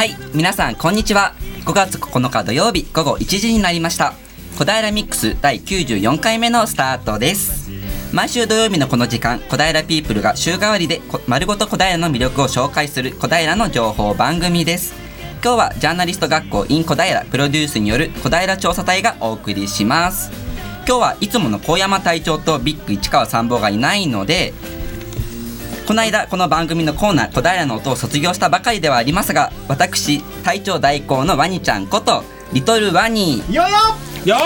はい、皆さんこんにちは。5月9日土曜日午後1時になりました。小平ミックス第94回目のスタートです。毎週土曜日のこの時間、小平ピープルが週替わりで丸ごと小平の魅力を紹介する小平の情報番組です。今日はジャーナリスト学校 in 小平プロデュースによる小平調査隊がお送りします。今日はいつもの高山隊長とビッグ市川参謀がいないので、この間この番組のコーナー小平の音を卒業したばかりではありますが、私隊長代行のワニちゃんことリトルワニーよよ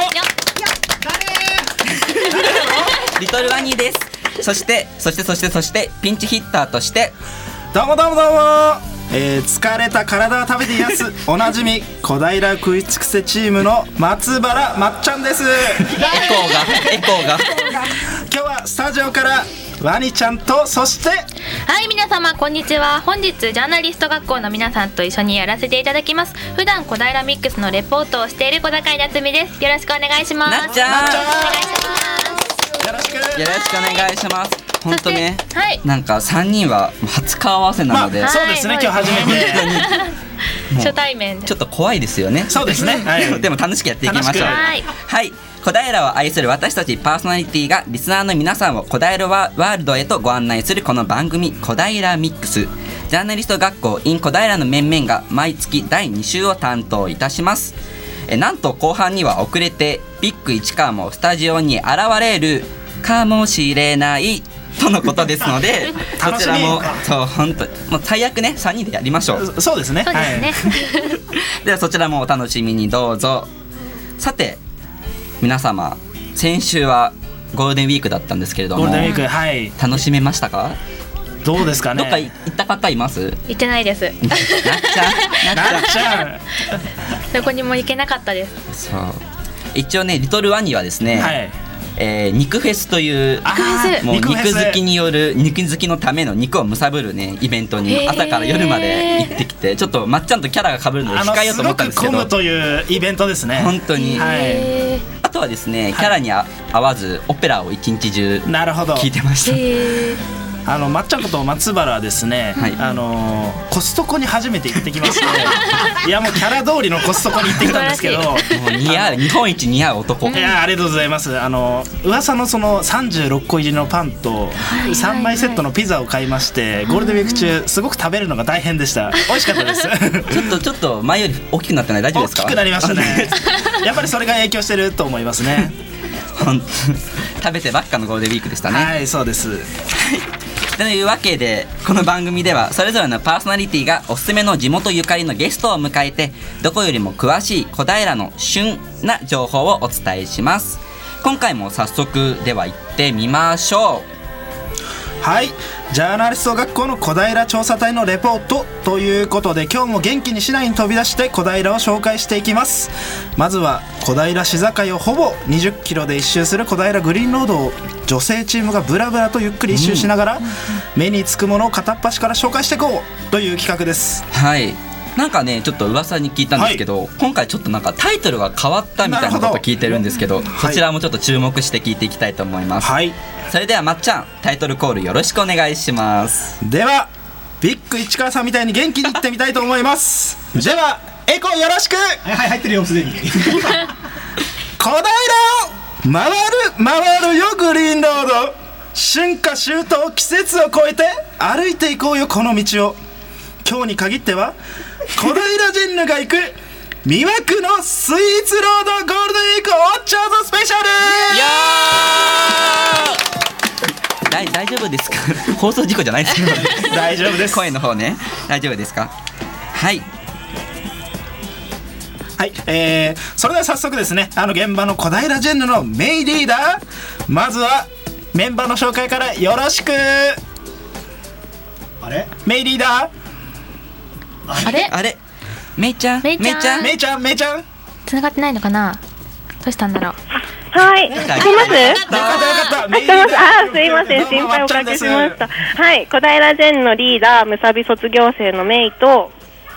リトルワニーです。そしてピンチヒッターとしてどうも疲れた体を食べて癒すおなじみ小平食い尽くせチームの松原まっちゃんです。 エコーが今日はスタジオからワニちゃんと、そしてはい、皆様こんにちは。本日ジャーナリスト学校の皆さんと一緒にやらせていただきます。普段小平ミックスのレポートをしている小高井夏美です。よろしくお願いします。 なっちゃんお願いします。 よろしくお願いします。本当ね、 はい、 なんか3人は初顔合わせなので、 そうですね、今日初めて初対面でちょっと怖いですよね。 そうですね、はい、 でも楽しくやっていきましょう。 はい、 小平を愛する私たちパーソナリティがリスナーの皆さんを小平ワールドへとご案内するこの番組小平ミックス。ジャーナリスト学校 in 小平の面々が毎月第2週を担当いたします。なんと後半には遅れてビッグ市川もスタジオに現れるかもしれないとのことですのでそちらも本当もう最悪ね3人でやりましょう。 そうですね、 そうですね、 はい、ではそちらもお楽しみにどうぞ。さて皆様、先週はゴールデンウィークだったんですけれども、 ゴールデンウィーク、はい、 楽しめましたか？ どうですかね。 どっか行った方います？ 行ってないです。 なっちゃんどこにも行けなかったです。 そう、一応ねリトルワニはですね、はい、肉フェスというもう肉好きによる肉好きのための肉をむさぶるねイベントに朝から夜まで行ってきて、ちょっとまっちゃんとキャラが被るので控えようと思ったんですけど、 すごく混むというイベントですね。 本当に、はい、あとはですね、キャラに合わずオペラを一日中聞いてました。 まっちゃんこと松原はですね、はい、コストコに初めて行ってきましていやもうキャラ通りのコストコに行ってきたんですけどもう日本一似合う男。 いやありがとうございます。噂のその36個入りのパンと3枚セットのピザを買いまして、ゴールデンウィーク中すごく食べるのが大変でした。美味しかったですちょっと前より大きくなってない？大丈夫ですか？ 大きくなりましたねやっぱりそれが影響してると思いますね食べてばっかのゴールデンウィークでしたね。 はい、そうですというわけでこの番組ではそれぞれのパーソナリティがおすすめの地元ゆかりのゲストを迎えて、どこよりも詳しい小平の旬な情報をお伝えします。今回も早速では行ってみましょう。 はい、ジャーナリスト学校の小平調査隊のレポートということで、今日も元気に市内に飛び出して小平を紹介していきます。まずは小平市境をほぼ20キロで一周する小平グリーンロードを女性チームがブラブラとゆっくり一周しながら、目につくものを片っ端から紹介していこうという企画です。 はい、なんかねちょっと噂に聞いたんですけど、はい、今回ちょっとなんかタイトルが変わったみたいなことを聞いてるんですけど、そちらもちょっと注目して聞いていきたいと思います。はい、それではまっちゃんタイトルコールよろしくお願いします。 ではビッグ市川さんみたいに元気にいってみたいと思いますではエコよろしく。 はい、入ってるよすでに小平を回るよグリーンロード、春夏秋冬季節を越えて歩いていこうよこの道を。今日に限っては小平ジェンヌが行く魅惑のスイーツロードゴールデンウィークオーチャードスペシャル。 大丈夫ですか放送事故じゃないですか大丈夫です。 声の方ね大丈夫ですか？はいはい、それでは早速ですね、現場の小平ジェンヌのメイリーダー、まずはメンバーの紹介からよろしく。 あれメイリーダー、 あれめいちゃん繋がってないのかな、どうしたんだろう。 はい、聞こえます？ よかったすいません、心配おかけしました。はい、小平ジェンのリーダー、むさび卒業生のメイと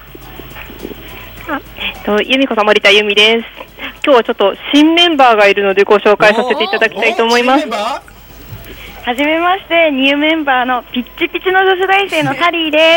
由美子さん、森田由美です。今日はちょっと新メンバーがいるのでご紹介させていただきたいと思います。はじめまして、ニューメンバーのピッチピチの女子大生のサリーです。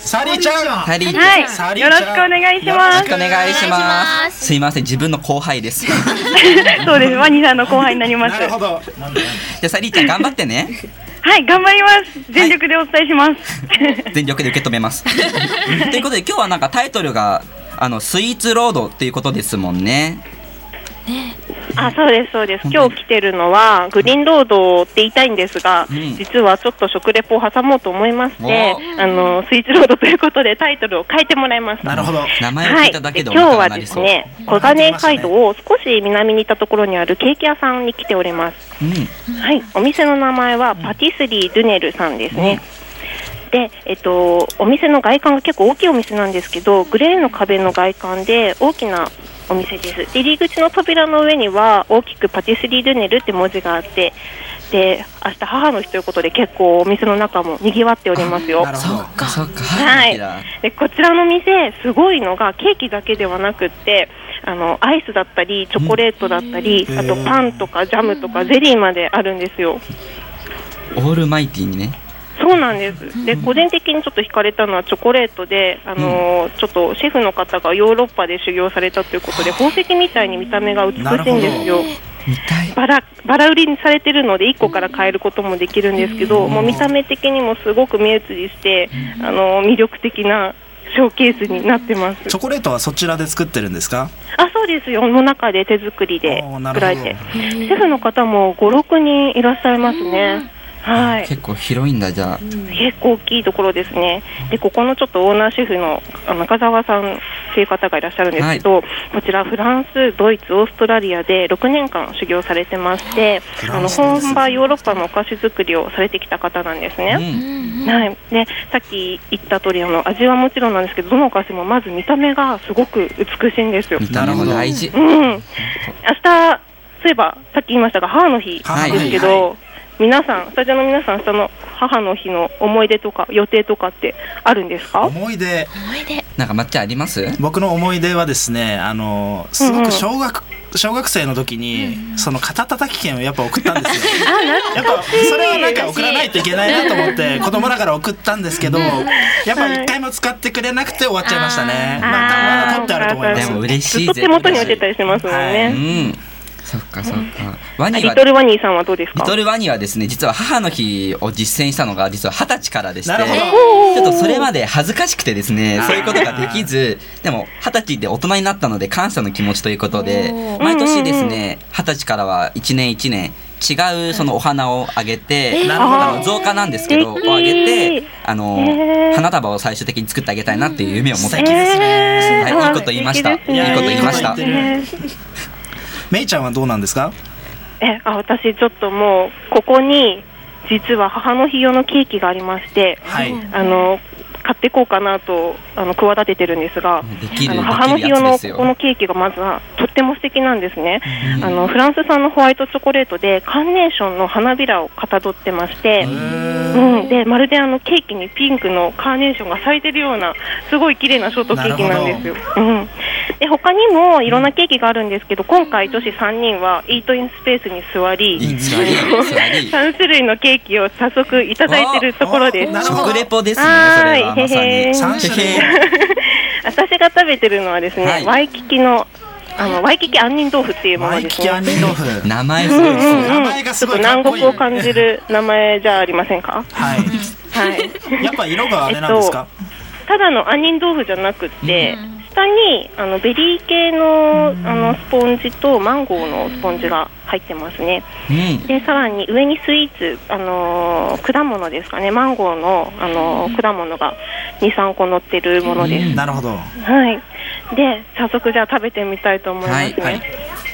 サリーちゃん。 サリーちゃん、 はいサリーちゃんよろしくお願いしよろますしくお願いしお願いしま。 ますすすいません、自分の後輩です。じそうですワニさんの後輩になりますなるほど。 ゃあサリーちゃん頑張ってね。 はい頑張ります全力でお伝えします、 全力で受け止めます。ということで今日はなんかタイトルがスイーツロードっていうことですもんね。 あそうですそうです今日来てるのはグリーンロードって言いたいんですが、 うん実はちょっと食レポを挟もうと思いましてスイーツロードということでタイトルを変えてもらいました。 なるほど。 名前を聞いただけでお今日は腹が鳴りそう。 ですね小金井街道を少し南に行ったところにあるケーキ屋さんに来ております。 うん、 はいお店の名前はパティスリー・ドゥネルさんですね、で、お店の外観が結構大きいお店なんですけどグレーの壁の外観で大きなお店です。で入り口の扉の上には大きくパティスリー・ドゥネルって文字があって、で明日母の日ということで結構お店の中も賑わっておりますよ。 なるほど。 そっかそっか。 はいだでこちらの店すごいのがケーキだけではなくってアイスだったりチョコレートだったり、あとパンとかジャムとかゼリーまであるんですよ。 オールマイティーにね。 そうなんです。で個人的にちょっと惹かれたのはチョコレートで、ちょっとシェフの方がヨーロッパで修行されたということで宝石みたいに見た目が美しいんですよ。 見たい。 バラ売りにされてるので1個から買えることもできるんですけど、もう見た目的にもすごく目移りして魅力的なショーケースになってます。 チョコレートはそちらで作ってるんですか？ あそうですよの中で手作りでおーな作られるほどてシェフの方も5、6人いらっしゃいますね。はい結構広いんだじゃあ。 結構大きいところですね。でここのちょっとオーナーシェフの中澤さんという方がいらっしゃるんですけど、こちらフランス、ドイツ、オーストラリアで6年間修行されてましてフランスです本場ヨーロッパのお菓子作りをされてきた方なんですね。はい、でさっき言った通り味はもちろんなんですけどどのお菓子もまず見た目がすごく美しいんですよ。 見た目も大事。 明日そういえばさっき言いましたが母の日ですけど、 はい皆さんスタジオの皆さん明日の母の日の思い出とか予定とかってあるんですか？ 思い出。 なんか抹茶あります？ 僕の思い出はですね、すごく小学生の時にその肩たたき券をやっぱ送ったんですよ。やっぱそれはなんか送らないといけないなと思って子供ながら送ったんですけど、やっぱ一回も使ってくれなくて終わっちゃいましたね。まあ残ってあると思います。 でも嬉しいずっと手元に置いてたりしますもんね。 うん。そっかそっか。ワニはリトルワニーさんはどうですか？ リトルワニはですね実は母の日を実践したのが実は20歳からでして、 なるほどちょっとそれまで恥ずかしくてですねそういうことができず、でも20歳で大人になったので感謝の気持ちということで毎年ですね20歳からは1年1年違うそのお花をあげて、造花なんですけどをあげて花束を最終的に作ってあげたいなっていう夢を持っています。はい、いいこと言いました。いいこと言いました。 めいちゃんはどうなんですか？ 私ちょっともうここに実は母の日用のケーキがありまして、 はい、 買っていこうかなと企ててるんですが、母の日用のここのケーキがまずはとっても素敵なんですね。フランス産のホワイトチョコレートでカーネーションの花びらをかたどってまして、でまるでケーキにピンクのカーネーションが咲いてるようなすごい綺麗なショートケーキなんですよ。で他にもいろんなケーキがあるんですけど、今回女子3人はイートインスペースに座り3種類のケーキを早速いただいてるところです。 食レポですね。それはまさに 3種類私が食べてるのはですね、ワイキキのワイキキ杏仁豆腐っていうものですね。 ワイキキ杏仁豆腐名前すごいですね。 名前がすごいちょっと南国を感じる名前じゃありませんか？ はい、やっぱ色があれなんですか？ ただの杏仁豆腐じゃなくて、下にベリー系のスポンジとマンゴーのスポンジが入ってますね。でさらに上にスイーツ果物ですかね、マンゴーの果物が 2,3 個乗ってるものです。 なるほど。 はい。で早速じゃあ食べてみたいと思いますね。はい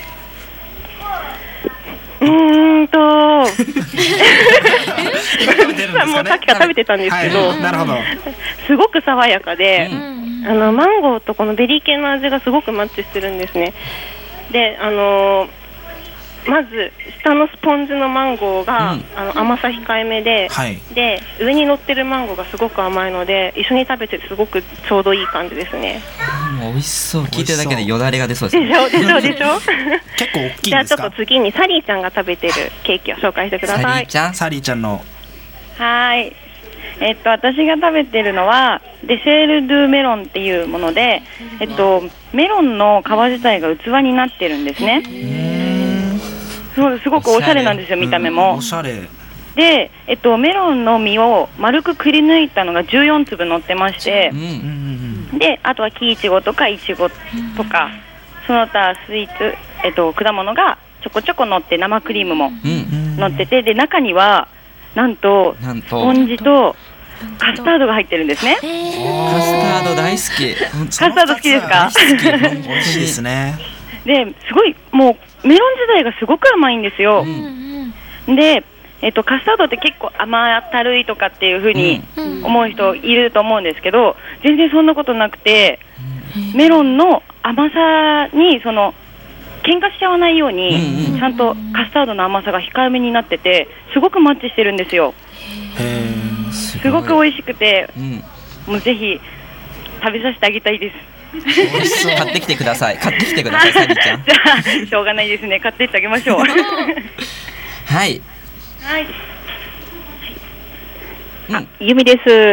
もうさっきから食べてたんですけど、 なるほど。 すごく爽やかで、マンゴーとこのベリー系の味がすごくマッチしてるんですね。でまず下のスポンジのマンゴーが、甘さ控えめで、で上に乗ってるマンゴーがすごく甘いので一緒に食べてすごくちょうどいい感じですね。 美味しそう。聞いてるだけでよだれが出そうですね。 でしょ結構大きいんですか？ じゃあちょっと次にサリーちゃんが食べてるケーキを紹介してください。 サリーちゃんのはい、私が食べてるのはデセール・ドゥ・メロンっていうもので、メロンの皮自体が器になってるんですね。すごくおしゃれなんですよ、見た目も。 おしゃれで、メロンの実を丸くくり抜いたのが14粒乗ってまして、であとは木いちごとかいちごとかその他スイーツ、果物がちょこちょこ乗って、生クリームも乗ってて、で中にはなんとスポンジとカスタードが入ってるんですね。 カスタード大好き。 カスタード好きですか？ 美味しいですね。 ですごい、もうメロン自体がすごく甘いんですよ。で、カスタードって結構甘ったるいとかっていう風に思う人いると思うんですけど、全然そんなことなくて、メロンの甘さにその喧嘩しちゃわないように、ちゃんとカスタードの甘さが控えめになってて、すごくマッチしてるんですよ。すごく美味しくて、もうぜひ食べさせてあげたいです。 買ってきてください。買ってきてください、サリちゃん。 じゃあしょうがないですね。買っていってあげましょう。はい。ゆみです。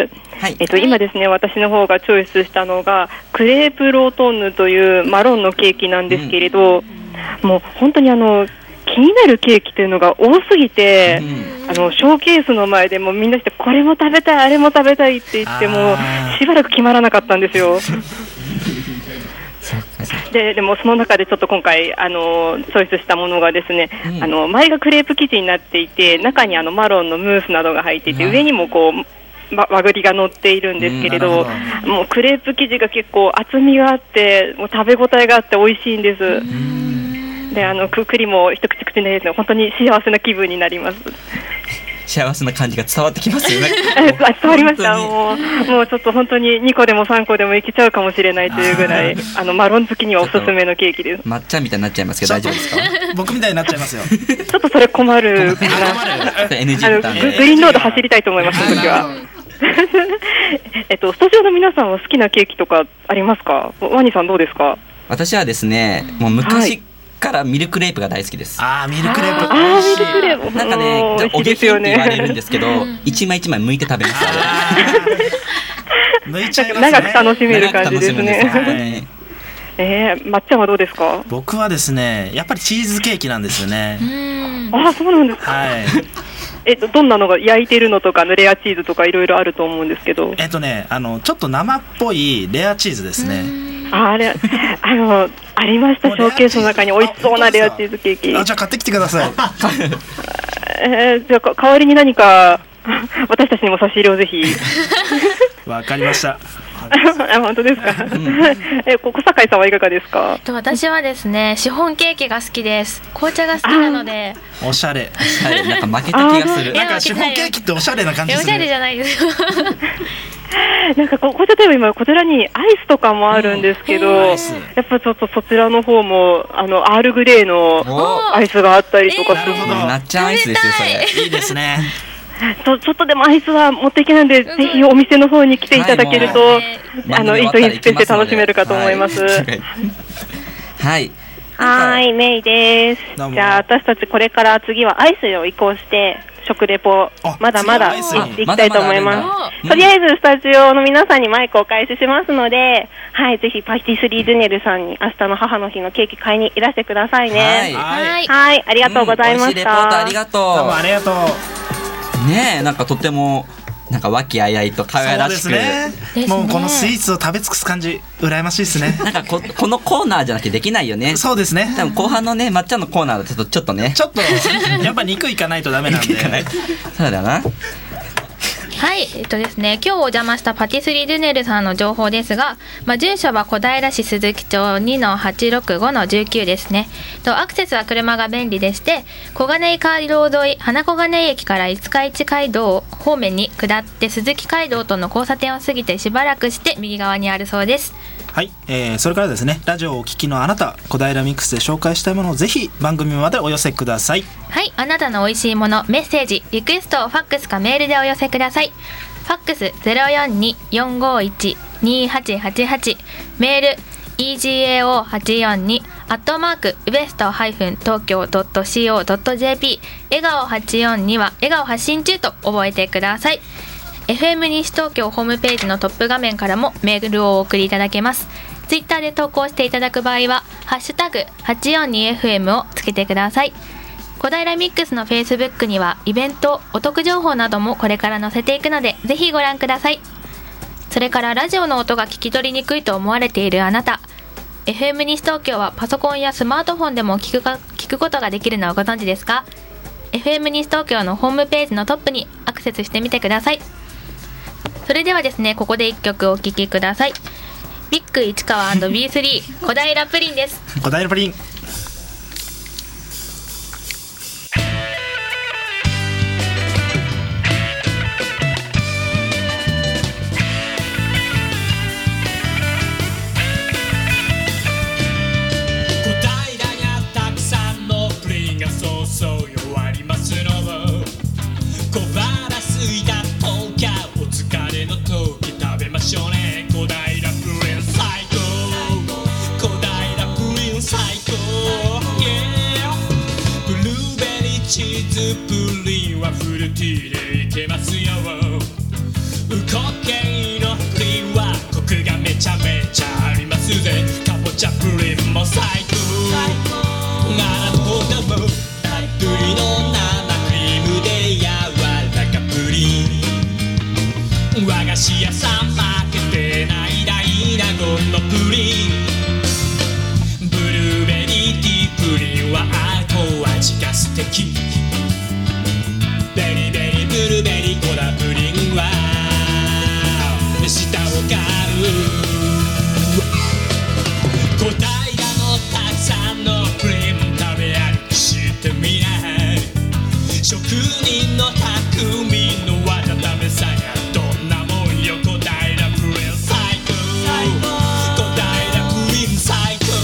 今ですね、私の方がチョイスしたのがクレープロートンヌというマロンのケーキなんですけれど、もう本当に気になるケーキというのが多すぎて、ショーケースの前でもみんなしてこれも食べたいあれも食べたいって言ってもしばらく決まらなかったんですよ。でもその中でちょっと今回チョイスしたものがですね、前がクレープ生地になっていて、中にマロンのムースなどが入っていて、上にもこう和栗が乗っているんですけれど、もうクレープ生地が結構厚みがあって、もう食べ応えがあって美味しいんです。で栗も一口口に入れて本当に幸せな気分になります。 幸せな感じが伝わってきますよね。 伝わりました。もうちょっと本当に2個でも3個でもいけちゃうかもしれないというぐらいマロン好きにはおすすめのケーキです。 抹茶みたいになっちゃいますけど大丈夫ですか？ 僕みたいになっちゃいますよ。 ちょっとそれ困るから、グリーンロード走りたいと思います、その時は。スタジオの皆さんは好きなケーキとかありますか？ワニさんどうですか？ 私はですね、もう昔からミルクレープが大好きです。 ミルクレープ。 ミルクレープ。 なんかね、お下品って言われるんですけど、一枚一枚剥いて食べます。 剥いちゃいますね。 長く楽しめる感じですね。抹茶はどうですか？ 僕はですね、やっぱりチーズケーキなんですよね。 そうなんですか。はい。どんなのが焼いてるのとかレアチーズとかいろいろあると思うんですけど。 ちょっと生っぽいレアチーズですね。 ありました、ショーケースの中に美味しそうなレアチーズケーキ。 じゃあ買ってきてください。 じゃあ代わりに何か私たちにも差し入れをぜひ。 わかりました。 本当ですか？小坂井さんはいかがですか？ 私はですね、シフォンケーキが好きです。紅茶が好きなので。 おしゃれ。 なんか負けた気がする。 なんかシフォンケーキっておしゃれな感じですね。 おしゃれじゃないですよ。 なんか例えば今こちらにアイスとかもあるんですけど、やっぱちょっとそちらの方もアールグレーのアイスがあったりとかするの。 なっちゃんアイスですよ、それ。 いいですね。 ちょっとでもアイスは持っていけないので、ぜひお店の方に来ていただけると、イートインスペースで楽しめるかと思います。 はい、 メイです。じゃあ私たちこれから次はアイスを移行して食レポまだまだ行っていきたいと思います。とりあえずスタジオの皆さんにマイクをお返ししますので、ぜひパティスリー・ドゥネルさんに明日の母の日のケーキ買いにいらしてくださいね。はい、ありがとうございました。 美味しいレポートありがとう。 どうもありがとう。 ねえ、なんかとてもなんか和気あいあいと可愛らしく、 そうですね。もうこのスイーツを食べ尽くす感じ羨ましいですね。 なんかこのコーナーじゃなきゃできないよね。 そうですね。 多分後半のね、抹茶のコーナーだとちょっとね、 やっぱ肉いかないとダメなんで。 そうだな。 はい、ですね、今日お邪魔したパティスリー・ドゥネルさんの情報ですが、住所は小平市鈴木町 2-865-19 ですね。アクセスは車が便利でして、小金井街道沿い花小金井駅から五日市街道方面に下って鈴木街道との交差点を過ぎてしばらくして右側にあるそうです。 はい、それからですね、ラジオをお聞きのあなた、小平ミックスで紹介したいものをぜひ番組までお寄せください。 はい、あなたの美味しいもの、メッセージ、リクエストをファックスかメールでお寄せください。ファックス 042-451-2888、メール egao842 @west-tokyo.co.jp、 笑顔842は笑顔発信中と覚えてください。 FM 西東京ホームページのトップ画面からもメールをお送りいただけます。ツイッターで投稿していただく場合はハッシュタグ 842FM をつけてください。小平ミックスのフェイスブックにはイベント、お得情報などもこれから載せていくのでぜひご覧ください。それからラジオの音が聞き取りにくいと思われているあなた、 FM 西東京はパソコンやスマートフォンでも聞くことができるのをご存知ですか？ FM 西東京のホームページのトップにアクセスしてみてください。それではですね、ここで1曲お聴きください。ビッグ市川 &B3 小平プリンです。 小平プリン。 チーズプリンはフルーティーでいけますよ。ウコ系のプリンはコクがめちゃめちゃありますぜ。かぼちゃプリンも最高。なるほどもたっぷりの生クリームで柔らかプリン。和菓子屋さん負けてない大納言のプリン。ブルーベリーティープリンは後味が素敵。ベリベリブルベリコダプリンは舌を刈る。小平のたくさんのプリン食べ歩きしてみない。職人の匠の技試さやどんなもんよ。小平プリン最高。小平プリン最高。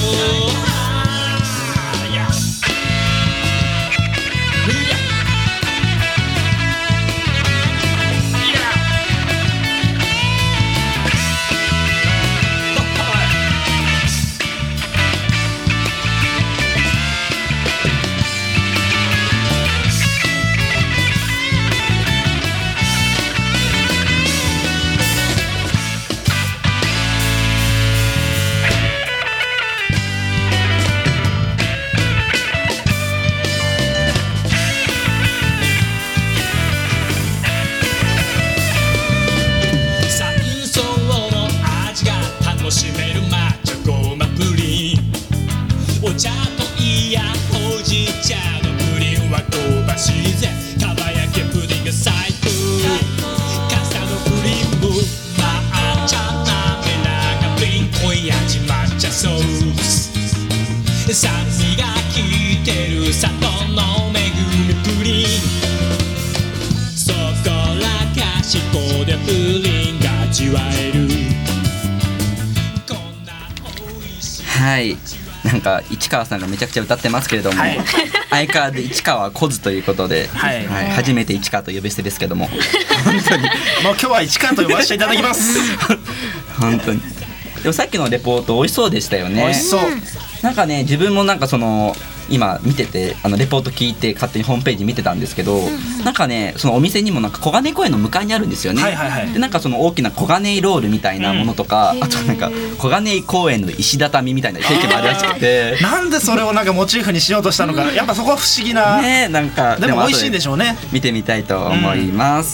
お茶といやほうじ茶のプリンは香ばしいぜ。かば焼きプディング最高。カスタードプリンも抹茶滑らかプリン。濃い味抹茶ソース。酸味が効いてる砂糖の恵みプリン。そこらかしこでプリンが味わえる。こんなおいしい。 はい、なんか市川さんがめちゃくちゃ歌ってますけれども、はい、相変わらず市川は来ずということで、はいはい、初めて市川と呼び捨てですけども本当にもう今日は市川と呼ばせていただきます本当に。でもさっきのレポート美味しそうでしたよね。 美味しそう。 なんかね、自分もなんかその今見ててレポート聞いて勝手にホームページ見てたんですけど、なんかね、そのお店にもなんか小金公園の向かいにあるんですよね、はいはいはい、でなんかその大きな小金井ロールみたいなものとか、あとなんか小金井公園の石畳みたいなケーキもあるらしくてなんでそれをなんかモチーフにしようとしたのか、やっぱそこは不思議な、 ね、なんかでも美味しいんでしょうね。 見てみたいと思います、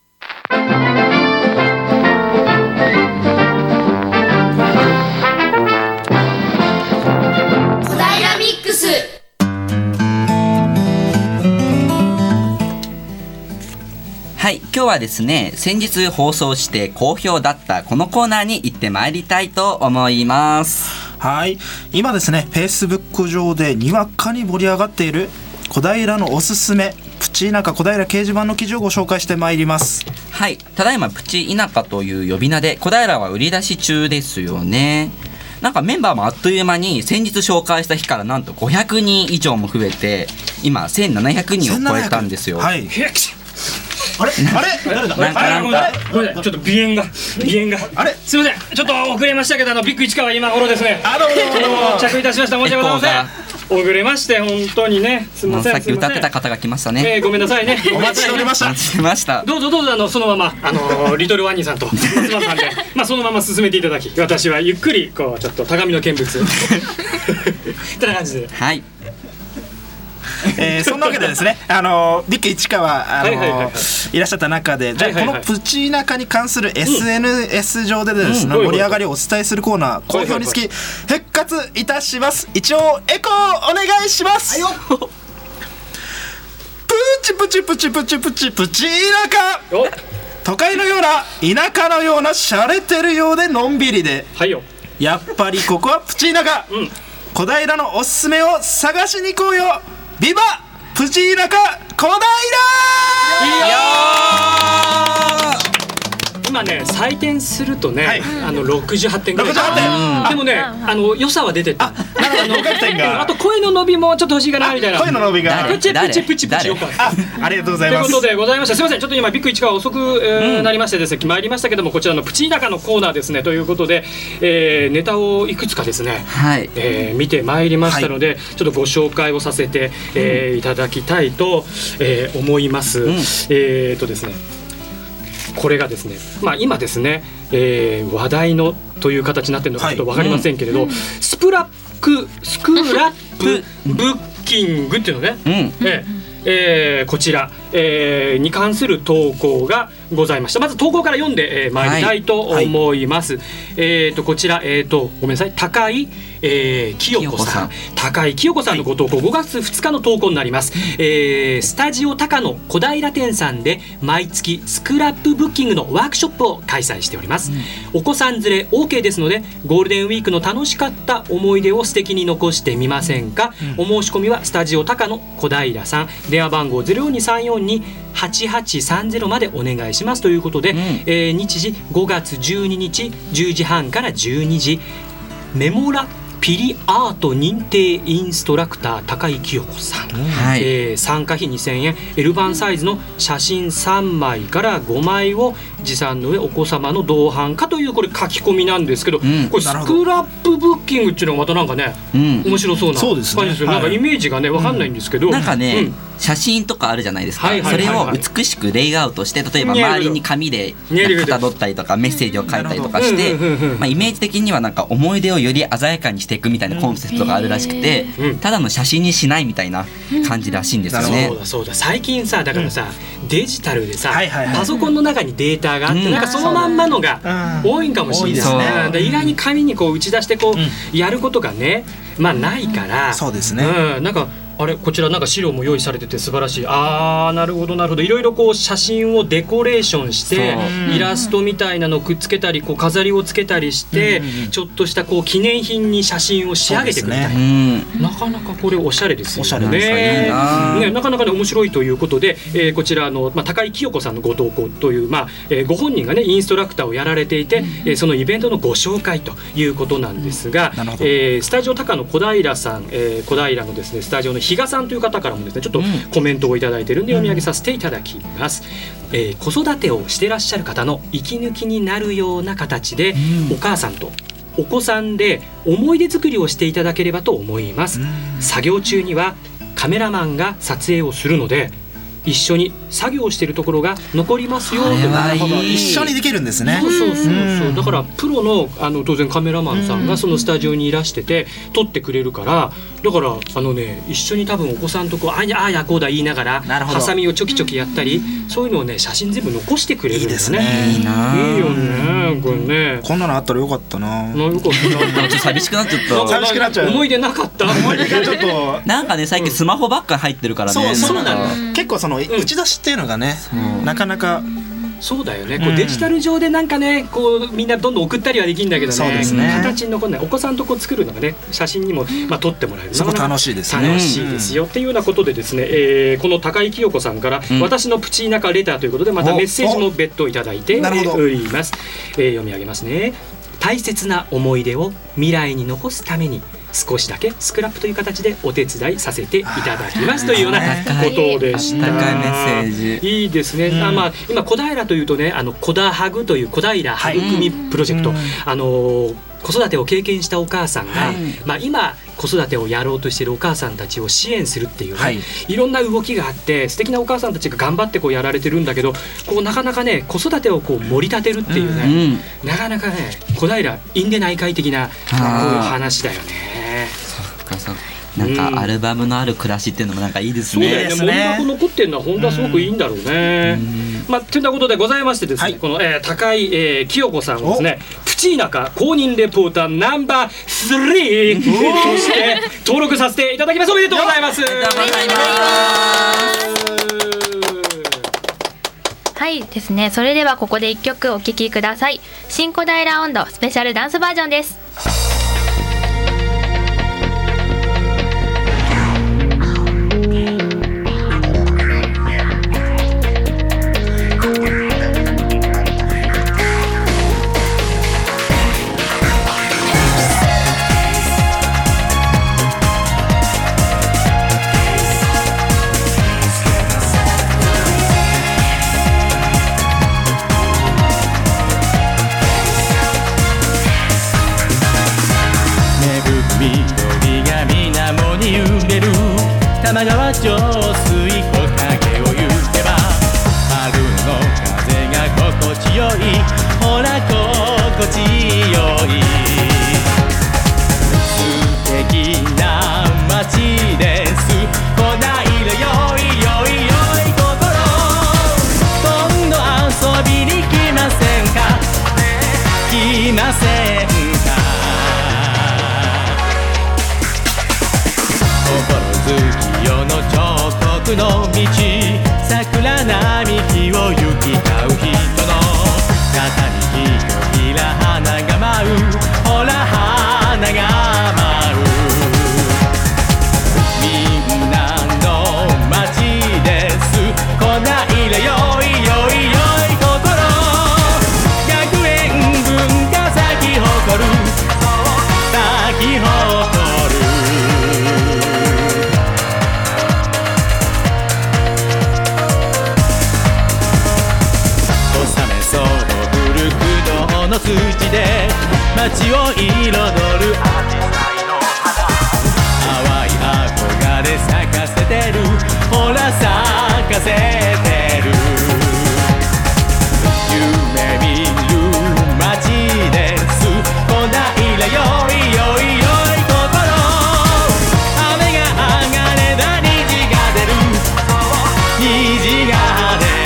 はい、今日はですね、先日放送して好評だったこのコーナーに行ってまいりたいと思います。 はい、今ですね Facebook 上でにわかに盛り上がっている小平のおすすめプチ田舎小平掲示板の記事をご紹介してまいります。 はい、ただいまプチ田舎という呼び名で小平は売り出し中ですよね。なんかメンバーもあっという間に先日紹介した日からなんと500人以上も増えて今1700人を超えたんですよ。 はい、あれ誰だ。 ちょっと鼻炎があれ、すいません、ちょっと遅れましたけどビッグ市川今頃ですね。 どうも着いたしました。申し訳ございません。 遅れまして本当にね、すみません。 さっき歌ってた方が来ましたね。 ごめんなさいね。 お待ちしておりました。 お待ちしてました。 どうぞそのままリトルワニさんと松村さんでそのまま進めていただき、私はゆっくりこうちょっと高みの見物ってな感じで。 はい。 そんなわけでですね、ビッグ市川いらっしゃった中で、じゃあこのプチナカに関する SNS 上でですね、盛り上がりをお伝えするコーナー、好評につき復活いたします。一応エコーお願いします。プチプチプチプチプチプチナカ。都会のような田舎のような洒落てるようでのんびりで、やっぱりここはプチナカ。小平のおすすめを探しに行こうよ。ビバプチナカ小平。 今ね採点するとね、68点ぐらい。でもね、良さは出てた。あと声の伸びもちょっと欲しいかなみたいな。 声の伸びがプチプチプチプチよかった。 ありがとうございます。 ということでございました。すみません、ちょっと今ビッグ市川遅くなりましてですね、参りましたけども、こちらのプチナカのコーナーですねということで、ネタをいくつかですね、見てまいりましたので、ちょっとご紹介をさせていただきたいと思います。ですね。これがですね、今ですね、話題のという形になってるのかちょっと分かりませんけれど、スクラップブッキングっていうのね、こちら、に関する投稿がございました。まず投稿から読んでまいりたいと思います。こちら、ごめんなさい、高井清子さん、高井清子さんのご投稿、5月2日の投稿になります。スタジオ高野小平店さんで毎月スクラップブッキングのワークショップを開催しております。お子さん連れ OK ですので、ゴールデンウィークの楽しかった思い出を素敵に残してみませんか。お申し込みはスタジオ高野小平さん、電話番号 0423428830 までお願いしますということで、日時5月12日10時半から12時、メモラピリアート認定インストラクター高井清子さん、参加費2000円、L 版サイズの写真3枚から5枚を持参の上お子様の同伴かというこれ書き込みなんですけど、これスクラップブッキングっていうのがまたなんかね、面白そうな感じですよ。なんかイメージがね分かんないんですけど、 なんかね、写真とかあるじゃないですか。それを美しくレイアウトして、例えば周りに紙でかたどったりとかメッセージを書いたりとかして、イメージ的にはなんか思い出をより鮮やかにしていくみたいなコンセプトがあるらしくて、ただの写真にしないみたいな感じらしいんですよね。 そうだ最近さ、だからさ、デジタルでさ、パソコンの中にデータがあって、なんかそのまんまのが多いんかもしれないですね。意外に紙にこう打ち出してこうやることがね、ないから、 そうですね。 なんかあれこちらなんか資料も用意されてて素晴らしい。なるほどなるほど。いろいろこう写真をデコレーションしてイラストみたいなのをくっつけたり、こう飾りをつけたりして、ちょっとしたこう記念品に写真を仕上げてくれたり、なかなかこれおしゃれですよね。なかなかね面白いということで、こちら高井清子さんのご投稿という、ご本人がねインストラクターをやられていて、そのイベントのご紹介ということなんですが、スタジオ高野小平さん、小平のですねスタジオの比嘉さんという方からもですねちょっとコメントをいただいているんで読み上げさせていただきます。子育てをしてらっしゃる方の息抜きになるような形で、お母さんとお子さんで思い出作りをしていただければと思います。作業中にはカメラマンが撮影をするので、一緒に作業しているところが残りますよと。 一緒にできるんですね。 そうだからプロの当然カメラマンさんがそのスタジオにいらしてて撮ってくれるから、だから一緒に多分お子さんとこうあやこうだ言いながらハサミをちょきちょきやったり、そういうのをね写真全部残してくれるんですね。いいよねこれね。 こんなのあったらよかったな。 ちょっと寂しくなっちゃった。 寂しくなっちゃう。 思い出なかった。 思い出がちょっとなんかね最近スマホばっか入ってるからね。 そうなの。結構その打ち出しっていうのがね、なかなかそうだよね。こうデジタル上でなんかねこうみんなどんどん送ったりはできるんだけどね、形に残らない。お子さんとこう作るのがね写真にも撮ってもらえる。 そこ楽しいですね。 楽しいですよっていうようなことでですね、この高井清子さんから私のプチ田舎レターということでまたメッセージも別途いただいております。読み上げますね。大切な思い出を未来に残すために少しだけスクラップという形でお手伝いさせていただきますというようなことでした。 温かいメッセージいいですね。今小平というとね小田ハグという小平育みプロジェクト、子育てを経験したお母さんが、今子育てをやろうとしているお母さんたちを支援するっていうね、いろんな動きがあって素敵なお母さんたちが頑張ってこうやられてるんだけど、こうなかなかね子育てをこう盛り立てるっていうね、なかなかね小平因で内海的なこういう話だよね。 なんかアルバムのある暮らしっていうのもなんかいいですね。 そうだよね。森が残ってるのは本当はすごくいいんだろうね。といったことでございましてですね、この、高井、清子さんはですね、プチ田舎公認レポーターナンバー3として登録させていただきます。おめでとうございます。 はいですね。それではここで1曲お聴きください。新小平音頭スペシャルダンスバージョンです。 玉川上水木陰を行けば春の風が心地よい、ほら心地よい、素敵な街です小平よいよいよい心、今度遊びに来ませんか、来ませんか。心月夜の彫刻の道、桜並木を行き交う人の肩にひとひら花が舞う、ほら花が舞う、みんなの街です小平よいよいよい心、学園文化咲き誇る、咲き誇る。の筋で街を彩るアジサイの花、淡い憧れ咲かせてる、ほら咲かせてる、夢見る街です小平よいよいよい心、雨が上がれば虹が出る、虹が出る。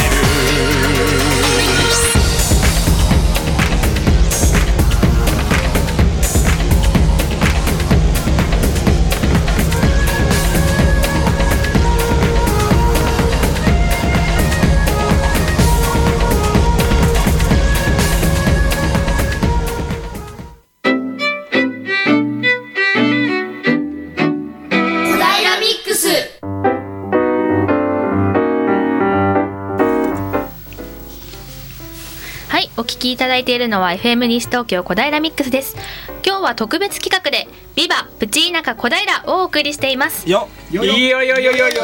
お聞きいただいているのは FM 西東京小平ミックスです。今日は特別企画でビバプチ田舎小平をお送りしています。 よよよよよよよよよよよ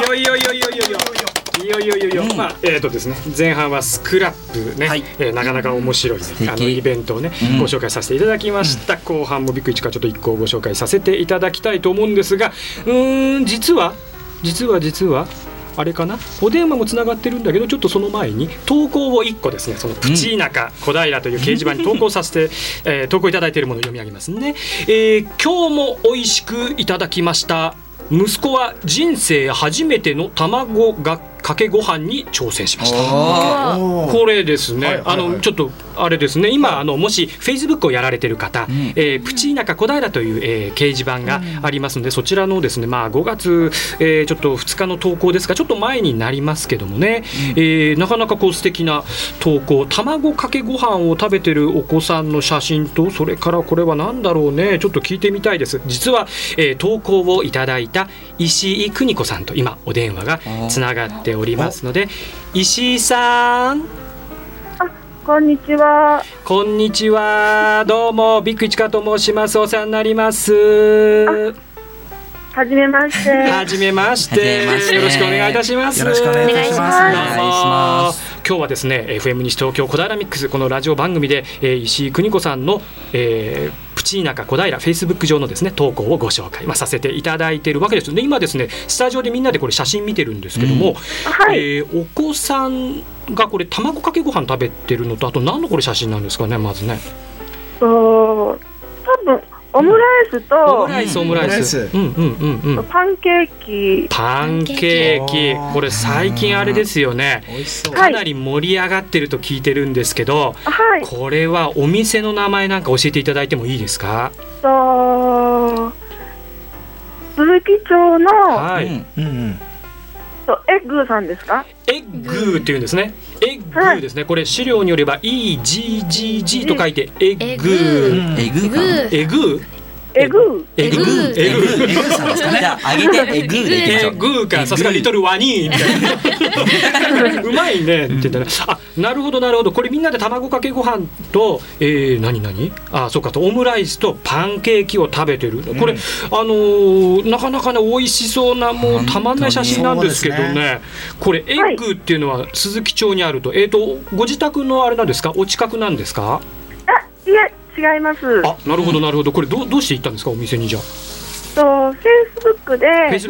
よ。まあですね、前半はスクラップね、なかなか面白いイベントをね、ご紹介させていただきました。後半もビッグ1からちょっと1個ご紹介させていただきたいと思うんですが、実はあれかな、お電話もつながってるんだけど、ちょっとその前に投稿を1個ですね、そのプチ田舎小平という掲示板に投稿させて、投稿いただいているものを読み上げますね。今日も美味しくいただきました。息子は人生初めての卵かけご飯に挑戦しました。これですね、ちょっとあれですね、今もし Facebook をやられてる方、プチ田舎小平という、掲示板がありますので、そちらのですね、5月、ちょっと2日の投稿ですが、ちょっと前になりますけどもね、なかなかこう素敵な投稿、卵かけご飯を食べてるお子さんの写真と、それからこれは何だろうね、ちょっと聞いてみたいです。実は、投稿をいただいた石井邦子さんと今お電話がつながっておりますので、石井さん、 こんにちは。 こんにちは、どうもビッグ市川と申します。お世話になります。 はじめまして。 はじめまして。よろしくお願いいたします。 よろしくお願いいたします。 今日はですね、FM 西東京小平ミックス、このラジオ番組で、石井邦子さんの、ププチ田舎小平フェイスブック上のですね投稿をご紹介、させていただいているわけですで、今ですねスタジオでみんなでこれ写真見てるんですけども、お子さんがこれ卵かけご飯食べてるのと、あと何のこれ写真なんですかね。まずね多分オムライスとオムライス、 パンケーキ、これ最近あれですよね、かなり盛り上がってると聞いてるんですけど、これはお店の名前なんか教えていただいてもいいですか。 鈴木町の、エッグさんですか。 エッグっていうんですね。エッグですね。これ資料によれば EGGG と書いてエッグ。エグさんですかね。じゃあ上げてエグでいきましょう。 エグか、さすがリトルワニーみたいな。うまいねって言ったね。なるほどなるほど。これみんなで卵かけご飯と何？そうかとオムライスとパンケーキを食べてる。これなかなかね美味しそうなもうたまんない写真なんですけどね。これエッグっていうのは鈴木町にあると、ご自宅のあれなんですか？お近くなんですか？ いえ。違います。 なるほどなるほど。これどうして行ったんですか、お店に。じゃあフェイスブックで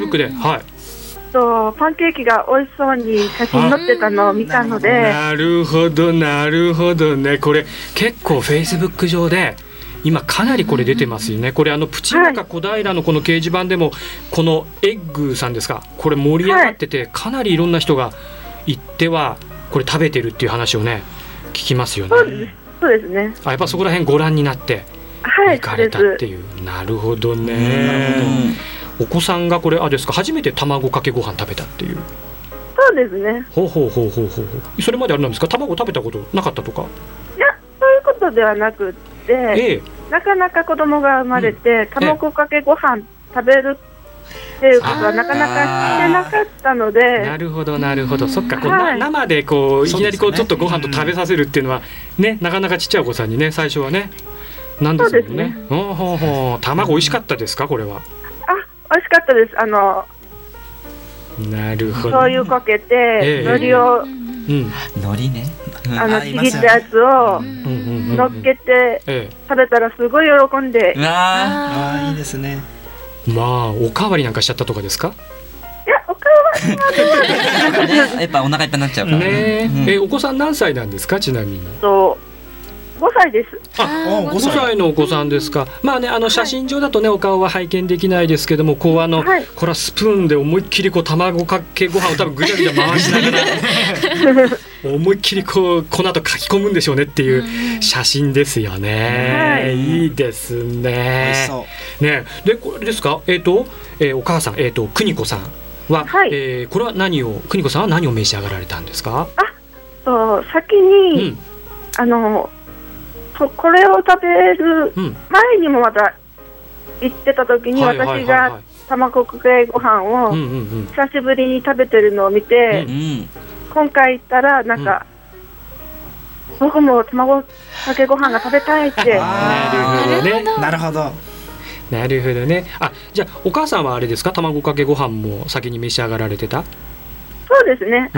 パンケーキが美味しそうに写真載ってたのを見たので。 なるほどね。これ結構フェイスブック上で今かなりこれ出てますよね。これプチ田舎小平のこの掲示板でもこのエッグさんですか、これ盛り上がってて、かなりいろんな人が行ってはこれ食べてるっていう話をね聞きますよね。 そうですね。 やっぱそこら辺ご覧になって行かれたっていう。なるほどね。お子さんがこれですか、初めて卵かけご飯食べたっていう。 そうですね。 ほう。それまであれなんですか、卵食べたことなかったとか。 いや、そういうことではなくって、なかなか子供が生まれて、卵かけご飯食べるっていうことはなかなかしてなかったので。 なるほど。そっか、生でいきなりちょっとご飯と食べさせるっていうのはね、なかなかちっちゃいお子さんにね最初はねなんですよね。卵美味しかったですか、これは。 美味しかったです。 なるほど。 醤油かけて、海苔を海苔ね、 ちぎったやつを乗っけて食べたらすごい喜んで。 いいですね。 おかわりなんかしちゃったとかですか？ いや、おかわりはやっぱお腹いっぱいになっちゃうからね。 お子さん何歳なんですか、ちなみに。 5歳です。 5歳のお子さんですか。写真上だとねお顔は拝見できないですけども、これはスプーンで思いっきり卵かけご飯を多分ぐちゃぐちゃ回しながら思いっきりこの後書き込むんでしょうねっていう写真ですよね。いいですね。 美味しそうね。でこれですか、お母さん邦子さんは、これは邦子さんは何を召し上がられたんですか？ 先に、これを食べる前にもまた行ってた時に、私が卵かけご飯を久しぶりに食べてるのを見て、今回行ったら僕も卵かけご飯が食べたいって。 なるほどね。じゃあお母さんはあれですか、卵かけご飯も先に召し上がられてた？ そうですね。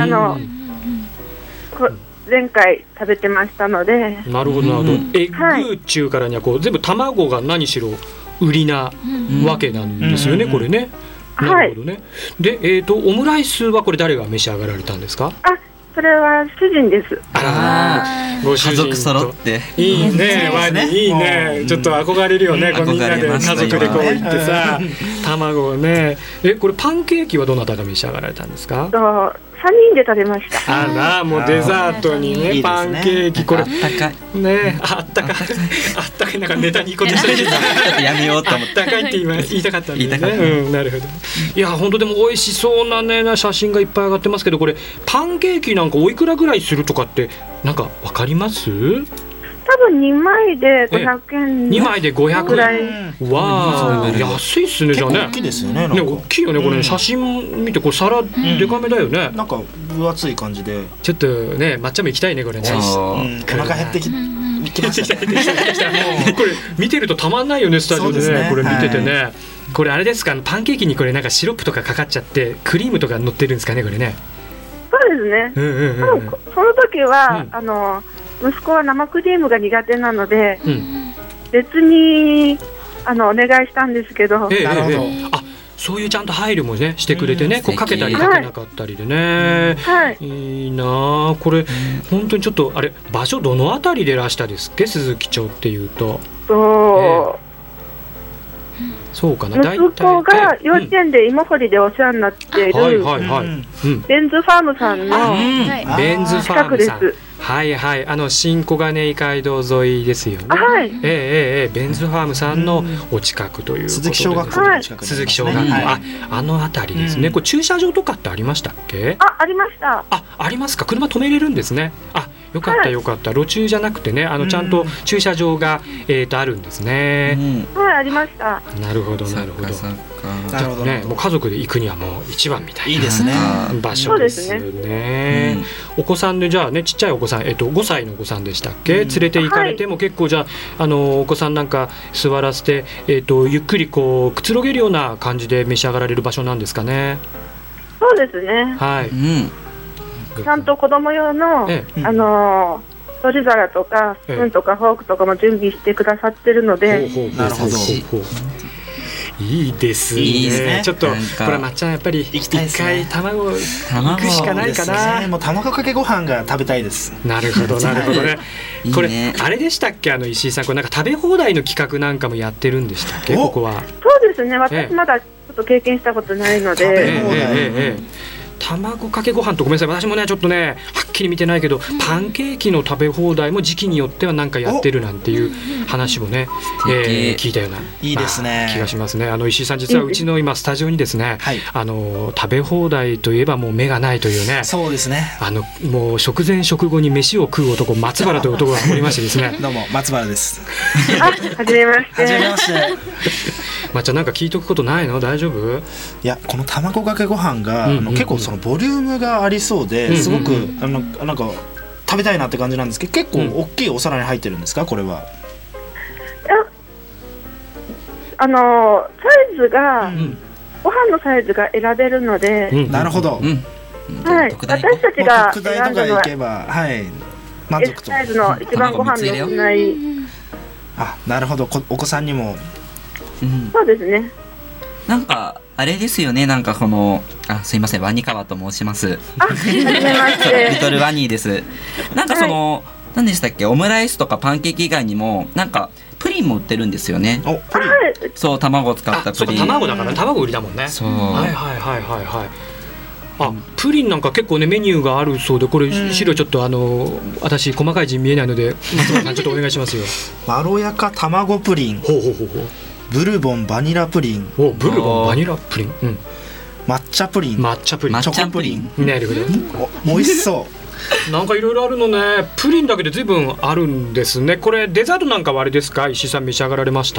前回食べてましたので。 なるほど。エッグ中からには全部卵が何しろ売りなわけなんですよね、これね。なるほどね。で、オムライスはこれ誰が召し上がられたんですか？ それは主人です。 ご主人と家族揃っていいね。いいね。ちょっと憧れるよね。みんなで家族で行ってさ卵をね。これパンケーキはどなたが召し上がられたんですか ？3人で食べました。 もうデザートにね、パンケーキ、これあったかいね、あったかい、なんかネタに行こうとしてるけどちょっとやめようと思って、 あったかいって言いたかったんですね。なるほど。いや本当でも美味しそうなね写真がいっぱい上がってますけど、これパンケーキなんかおいくらぐらいするとかってなんかわかります？ 多分2枚で500円 2枚で500円ぐらい。 わー、安いっすね。じゃあね大きいですよね。 大きいよねこれ。写真見てこれ皿でかめだよね。 なんか分厚い感じでちょっとね抹茶も行きたいねこれね。 お腹減ってきましたこれ見てるとたまんないよね、スタジオでね。これ見ててね、これあれですか、パンケーキにこれなんかシロップとかかかっちゃってクリームとか乗ってるんですかね、これね。 そうですね。その時は息子は生クリームが苦手なので、 別にお願いしたんですけど、 なるほど。 そういうちゃんと配慮もねしてくれてね、こうかけたりかけなかったりでね、いいなこれ、本当にちょっとあれ場所どのあたりでいらしたですっけ、鈴木町っていうと。そうかな、 息子が幼稚園で芋掘りでお世話になっているベンズファームさんのベンズファームさん、はいはい、新小金井街道沿いですよね。はい。ベンズファームさんのお近くということで、鈴木小学校の近く、鈴木小学校、あの辺りですね。これ駐車場とかってありましたっけ？ ありました。 ありますか。車止めれるんですね。よかったよかった。路中じゃなくてね、ちゃんと駐車場があるんですね。 はい、ありました。 なるほどなるほど。じゃあね、もう家族で行くにはもう一番みたいないいですね場所ですね。お子さんでじゃあね、ちっちゃいお子さん、5歳のお子さんでしたっけ、連れて行かれても結構じゃあお子さんなんか座らせてゆっくりこうくつろげるような感じで召し上がられる場所なんですかね。 そうですね。 はい。 ちゃんと子供用の取り皿とかスプーンとかフォークとかも準備してくださってるので。 なるほど。 いいですね。ちょっとこれまっちゃんやっぱり一回卵行くしかないかな。 もう卵かけご飯が食べたいです。 なるほどなるほどね。これあれでしたっけ、石井さん、これなんか食べ放題の企画なんかもやってるんでしたっけ、ここは。 そうですね。私まだちょっと経験したことないので。 卵かけご飯と、ごめんなさい、私もねちょっとねはっきり見てないけど、パンケーキの食べ放題も時期によってはなんかやってるなんていう話もね、聞いたようないいですね、 気がしますね。石井さん、実はうちの今スタジオにですね、食べ放題といえばもう目がないというね、 そうですね、 もう食前食後に飯を食う男、松原という男がおりましてですねどうも松原です。 はじめまして。 はじめまして。 まっちゃん、なんか聞いとくことないの？大丈夫？ いや、この卵かけご飯が、結構そのボリュームがありそうで、すごくなんか食べたいなって感じなんですけど、結構大きいお皿に入ってるんですか、これは。 サイズが、ご飯のサイズが選べるので。 なるほど。 はい、私たちが特大とかいけば、はい、満足と。 S サイズの一番ご飯の少ない。 なるほど。お子さんにも。 そうですね。 なんかあれですよね、なんかすいません、ワニカワと申します。 はじめまして。 リトルワニーです。なんか何でしたっけ、オムライスとかパンケーキ以外にもなんかプリンも売ってるんですよね。 プリン。 そう、卵を使ったプリン。 そうか、卵だから卵売りだもんね。 そう。 はいはいはいはいはい。プリンなんか結構ねメニューがあるそうで、これ資料ちょっと私細かい字見えないので松原さんちょっとお願いしますよ。 まろやか卵プリン。ブルボンバニラプリン。 ブルボンバニラプリン。 抹茶プリン。 抹茶プリン。 チョコプリン。 なるほど。 美味しそう。 なんかいろいろあるのね。プリンだけで随分あるんですね。これデザートなんかはあれですか、石井さん召し上がられました？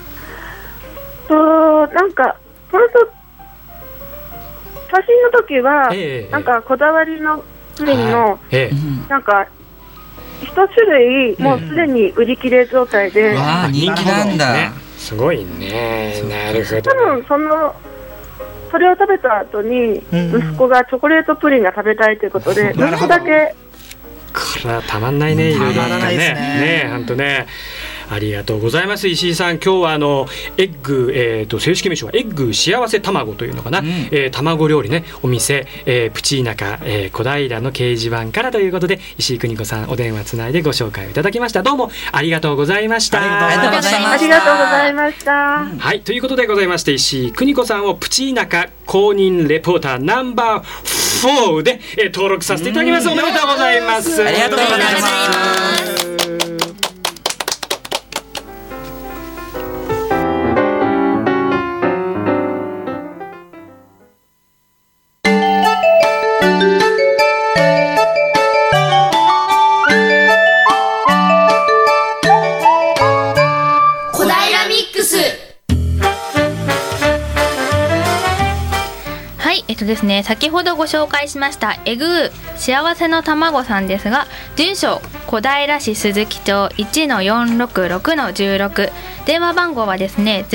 なんかこのと写真の時は、なんかこだわりのプリンの、なんか一種類もうすでに売り切れ状態で、 人気なんだ。 すごいね。なるほど。 多分それを食べた後に息子がチョコレートプリンが食べたいということで、息子だけ。 これはたまんないね、いろいろあったね。ね、本当ね。ありがとうございます。石井さん、今日はエッグ、正式名称はエッグ幸せ卵というのかな、卵料理ね、お店、プチーナカ、小平の掲示板からということで、石井邦子さんお電話つないでご紹介をいただきました。どうもありがとうございました。 ありがとうございました。 はい、ということでございまして、石井邦子さんをプチーナカ公認レポーターナンバー4で、登録させていただきます。おめでとうございます。 ありがとうございます。 ですね、先ほどご紹介しましたエグー幸せの卵さんですが、住所小平市鈴木町 1-466-16、 電話番号はですね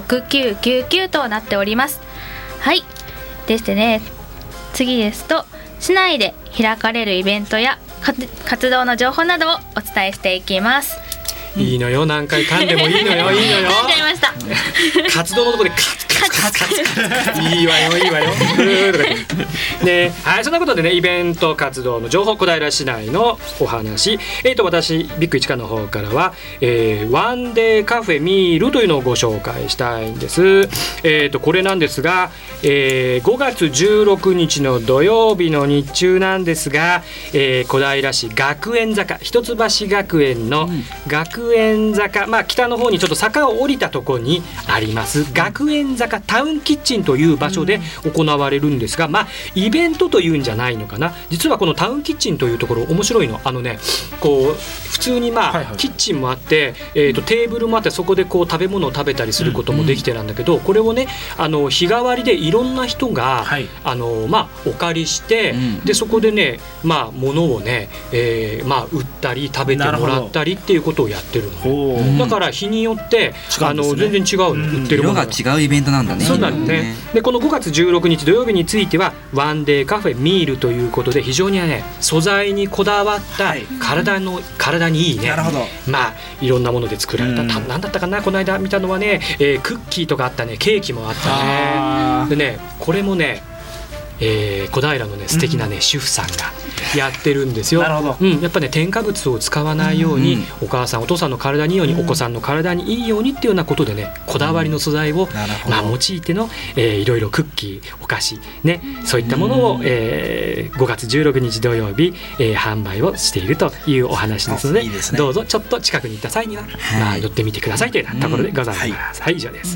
042-341-6999 となっております。はい、でしてね、次ですと市内で開かれるイベントや活動の情報などをお伝えしていきます。 いいのよ、何回噛んでもいいのよ、いいのよ。 噛んじゃいました。 活動のところでカツカツカツカツいいわよいいわよね、はい、そんなことでね、イベント活動の情報、小平市内のお話、私ビッグ1課の方からは、ワンデーカフェミールというのをご紹介したいんです。これなんですが、5月16日の土曜日の日中なんですが、小平市学園坂、一橋学園の学園坂、北の方にちょっと坂を降りたところにあります学園坂タウンキッチンという場所で行われるんですが、イベントというんじゃないのかな。実はこのタウンキッチンというところ面白いの。こう普通にキッチンもあって、テーブルもあって、そこでこう食べ物を食べたりすることもできてなんだけど、これをね日替わりでいろんな人が、お借りして、でそこでね物をね、売ったり食べてもらったりっていうことをやってるの。だから日によって全然違うの、売ってるものが色が違うイベントなんだね。 そうなんだね。でこの5月16日土曜日についてはワンデーカフェミールということで、非常にね素材にこだわった体にいいね、いろんなもので作られた、なんだったかな、この間見たのはね、クッキーとかあったね、ケーキもあったね。でね、これもね小平のね素敵なね、主婦さんがやってるんですよ。やっぱね添加物を使わないように、お母さんお父さんの体にいいように、お子さんの体にいいようにっていうようなことでね、こだわりの素材を用いての、いろいろクッキー、お菓子ね、そういったものを、5月16日土曜日、販売をしているというお話ですので、どうぞちょっと近くに行った際には、寄ってみてくださいというところでございます。はい、以上です。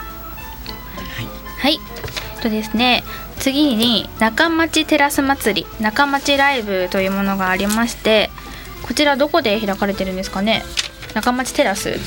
はい、とですね、次に中町テラス祭り、中町ライブというものがありまして、こちらどこで開かれてるんですかね。中町テラス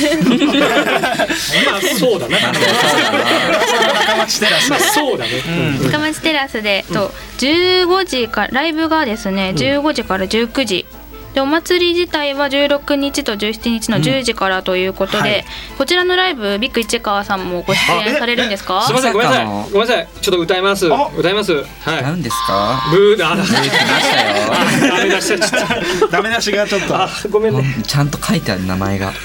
そうだね中町テラスそうだね、 中町テラスで、15時からライブがですね、15時から19時で、お祭り自体は16日と17日の10時からということで、こちらのライブビッグ市川さんもご出演されるんですか。 すみません、ごめんなさい、ちょっと歌います。歌います。はい。 何ですか。 ブーだ。 来ましたよ。 ダメ出しちゃった。 ダメ出しがちょっと。 ごめんね。 ちゃんと書いてある名前が。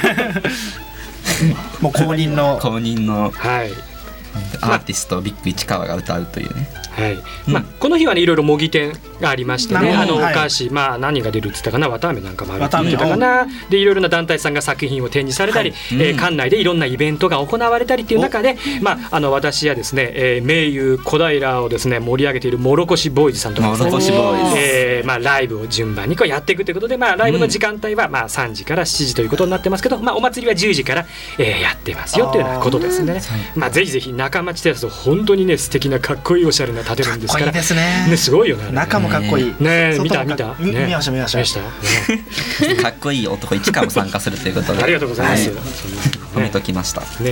もう公認のはいアーティストビッグ市川が歌うというね。 はい、この日はねいろいろ模擬店がありましてね、お菓子、何が出るって言ったかな、綿あめなんかもあるって言ってたかな。でいろいろな団体さんが作品を展示されたり、館内でいろんなイベントが行われたりっていう中で、私やですね、名優小平をですね盛り上げているもろこしボーイズさんとかですね、ライブを順番にこうやっていくということで、ライブの時間帯は3時から7時ということになってますけど、お祭りは10時から、やってますよというようなことですね。ぜひぜひ中町テラス、本当にね素敵なかっこいいおしゃれな建物ですから、ね、すごいよね。 中もかっこいいね。見た見ましたかっこいい男市川も参加するということで、 ありがとうございます。 褒めときました。 ね。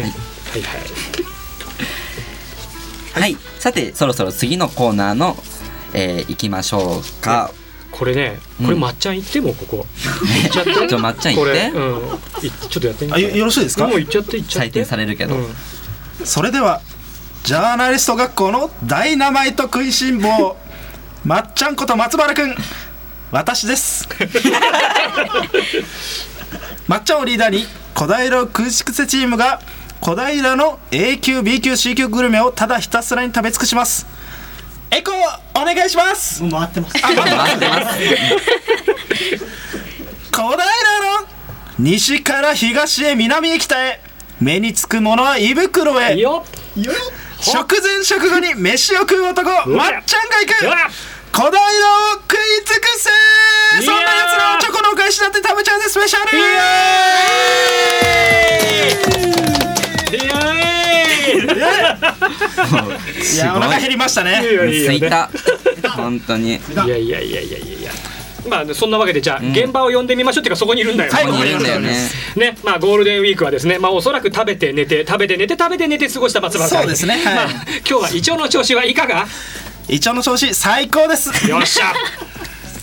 はい、さてそろそろ次のコーナーの、行きましょうか。 これね、これまっちゃん行ってもここ行っちゃってまっちゃん行って、 ちょっとやってみて。 よろしいですか。 もう行っちゃって採点されるけど、 それではジャーナリスト学校のダイナマイト食いしん坊まっちゃんこと松原くん、私ですまっちゃんをリーダーに小平を空宿せチームが小平の A 級 B 級 C 級グルメをただひたすらに食べ尽くします。エコーお願いします。 もう回ってます。 回ってます小平の西から東へ南へ北へ、目につくものは胃袋へ。食前食後に飯を食う男、まっちゃんが行く小平を食い尽くせ。そんなやつのチョコのお返しだって食べちゃうぜスペシャル。いやお腹減りましたね。 すいた本当に。 いやそんなわけで、じゃあ現場を呼んでみましょうっていうか、そこにいるんだよ。 そこにいるんだよね。 ゴールデンウィークはですね、おそらく食べて寝て過ごした松原さん。 そうですね。 今日は胃腸の調子はいかが？ 胃腸の調子最高です。 よっしゃ。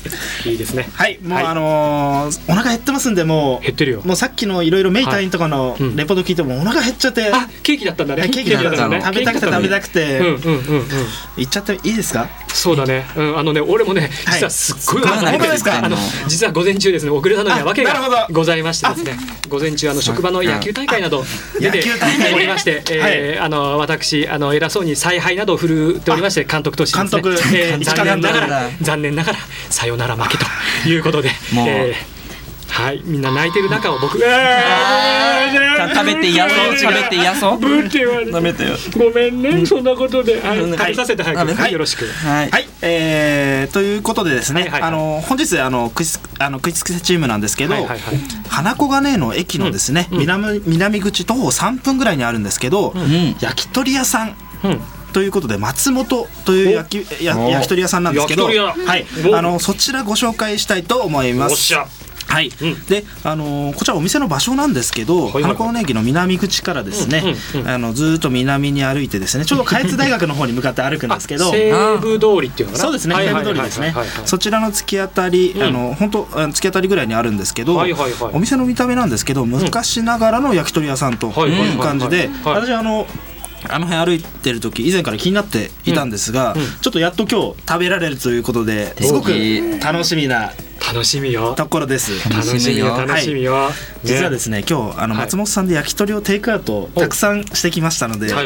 いいですね。 はい、もうお腹減ってますんで、もう減ってるよ。 もうさっきのいろいろメイ隊員とかのレポート聞いてもお腹減っちゃって、 あ、ケーキだったんだね。 ケーキだったの、食べたくて行っちゃっていいですか？ そうだね。俺もね、実はすっごいお腹減ってる。実は午前中ですね、遅れたのには訳がございましてですね、午前中職場の野球大会など出ておりまして、私偉そうに采配などを振るっておりまして、監督としてですね、残念ながらサヨナラ負けということで、はい、みんな泣いてる中を僕食べて癒そうブーって言われて、ごめんね、そんなことで食べさせて早くよろしく。 はい、ということでですね、本日クイズチームなんですけど、花小金井の駅のですね、南口徒歩3分ぐらいにあるんですけど、焼き鳥屋さんということで、松本という焼き鳥屋さんなんですけど、そちらご紹介したいと思います。はい、でこちらお店の場所なんですけど、花小金井駅の南口からですね、ずっと南に歩いてですね、ちょうど下越大学の方に向かって歩くんですけど、 西武通りっていうのかな。 そうですね、西武通りですね。そちらの突き当たり、本当突き当たりぐらいにあるんですけど、お店の見た目なんですけど、昔ながらの焼き鳥屋さんという感じで、私あの辺歩いてる時以前から気になっていたんですが、ちょっとやっと今日食べられるということで、すごく楽しみよところです。 楽しみよ。 実はですね、今日松本さんで焼き鳥をテイクアウトたくさんしてきましたので、はい、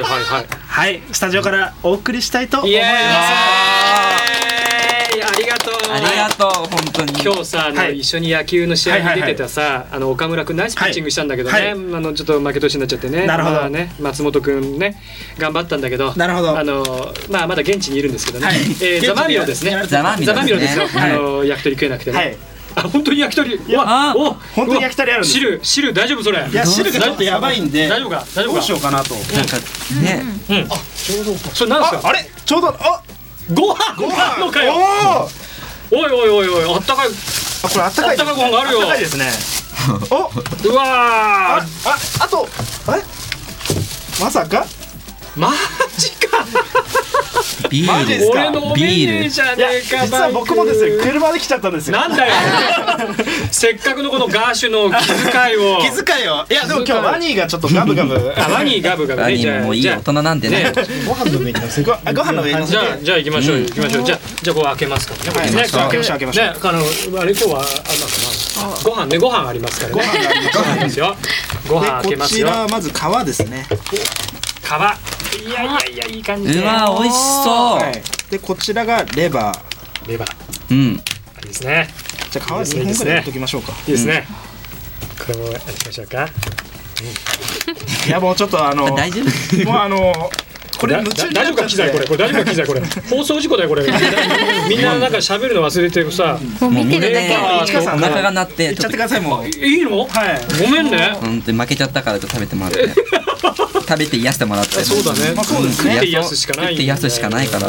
スタジオからお送りしたいと思います。 ありがとう本当に。今日さ一緒に野球の試合に出てたさ岡村君ナイスピッチングしたんだけどね、ちょっと負け投手になっちゃってね。 なるほどね、松本君ね頑張ったんだけど、 なるほど、 まだ現地にいるんですけどね、ザマミロですね。ザマミロですよ。焼き鳥食えなくてね。本当に焼き鳥。 本当に焼き鳥あるんです。 汁大丈夫それ？ いや、汁がちょっとやばいんで、 大丈夫かどうしようかなと。 なんかね、 ちょうどそれなんですか？ あれちょうどご飯のかよ。おいあったかい。 これあったかいご飯があるよ。 あったかいですね。 うわー。あとまさか？ マジか。 ビール。 俺のお目目じゃねえか。 実は僕もですね、車で来ちゃったんですよ。 なんだよ。せっかくのこのガーシュの気遣いを。いやでも今日ワニーがちょっとガブガブ。 ワニーガブガブね。 ワニーもいい大人なんでね。 ご飯の上に乗せて。ご飯の上に乗せて。 じゃあ行きましょう。じゃあこう開けますからね。 開けましょう。 ね、あれ今日はご飯ありますからね。ご飯ですよ。ご飯開けますよ。 こちらまず皮ですね。 皮。いやいい感じで。 うわ美味しそう。 でこちらがレバー。 いいですね。 じゃあ皮2本ぐらいやっときましょうか。 いいですね。これもやりましょうか。 いやもうちょっと大丈夫？ もうこれ夢中になっちゃって。 大丈夫か機材これ放送事故だよこれ。みんななんか喋るの忘れてさ。 もう見てるだけ。 市川さんお腹が鳴っていっちゃってくださいもう。 いいの？ はい。 ごめんね。 本当に負けちゃったからちょっと食べてもらって。食べて癒してもらって。 そうだね。 そうですね。 食って癒すしかない。 食って癒すしかないから。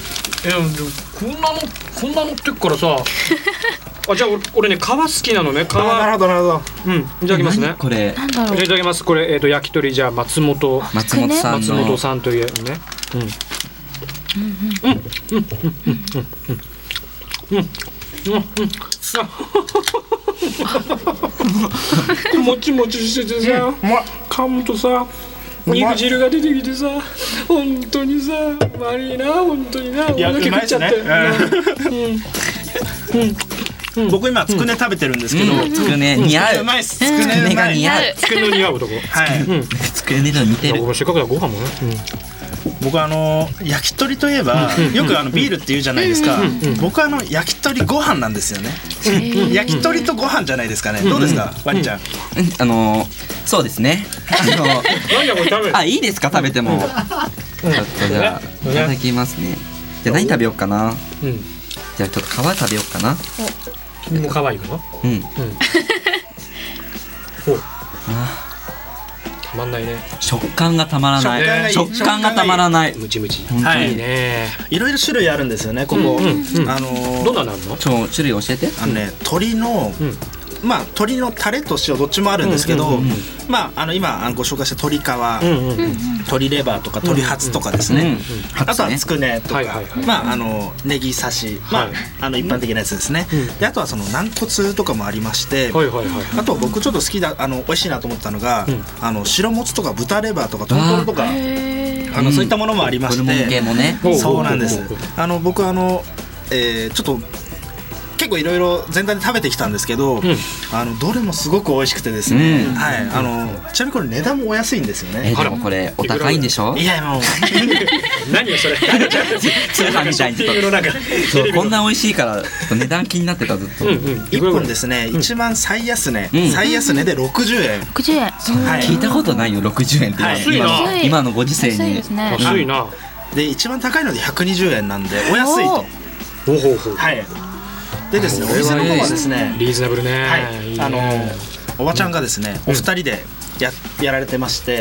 こんなのってっからさ。じゃあ俺ね皮好きなのね。皮。 なるほど。 いただきますね。 これ。 いただきます。これ焼き鳥じゃあ松本さんというね。もちもちしててさ、噛むとさ肉汁が出てきてさ、本当にさ悪いな、本当にな。お腹食っちゃって。 僕今つくね食べてるんですけど、 つくね似合う。 うまいっす。つくねが似合う。 つくねの似合う男。 はい。 つくねと似てる。 せっかくだご飯もね。 僕焼き鳥といえばよくビールって言うじゃないですか。僕焼き鳥ご飯なんですよね。焼き鳥とご飯じゃないですかね。どうですかワニちゃん？ そうですね。いいですか食べても。ちょっとじゃあいただきますね。じゃあ何食べようかな。じゃあちょっと皮食べようかな。 もう可愛いかな。たまんないね。 食感がたまらない。食感がたまらない。 ムチムチ。 はいね。いろいろ種類あるんですよねここ。 どんなのあるの？ 種類教えて。 鶏のまあ鶏のタレと塩どっちもあるんですけど、まあ今ご紹介した鶏皮、鶏レバーとか鶏ハツとかですね、あとはつくねとか、まあネギ刺し、まあ一般的なやつですね。であとはその軟骨とかもありまして、あと僕ちょっと好きだ美味しいなと思ったのが白もつとか豚レバーとか豚トロとかそういったものもありまして、そうなんです。僕ちょっと結構いろいろ全体で食べてきたんですけど、どれもすごく美味しくてですね、ちなみにこれ値段もお安いんですよね。 でもこれお高いんでしょ。 いやもう何よそれ通販みたいにこんな美味しいから値段気になってたずっと。 1本ですね一番最安値で60円。 60円。 聞いたことないよ60円って今のご時世に。 安いな。 で一番高いので120円なんでお安いと。はい。でですね、お店の方はですね、 リーズナブルね。 おばちゃんがですね、お二人でやられてまして、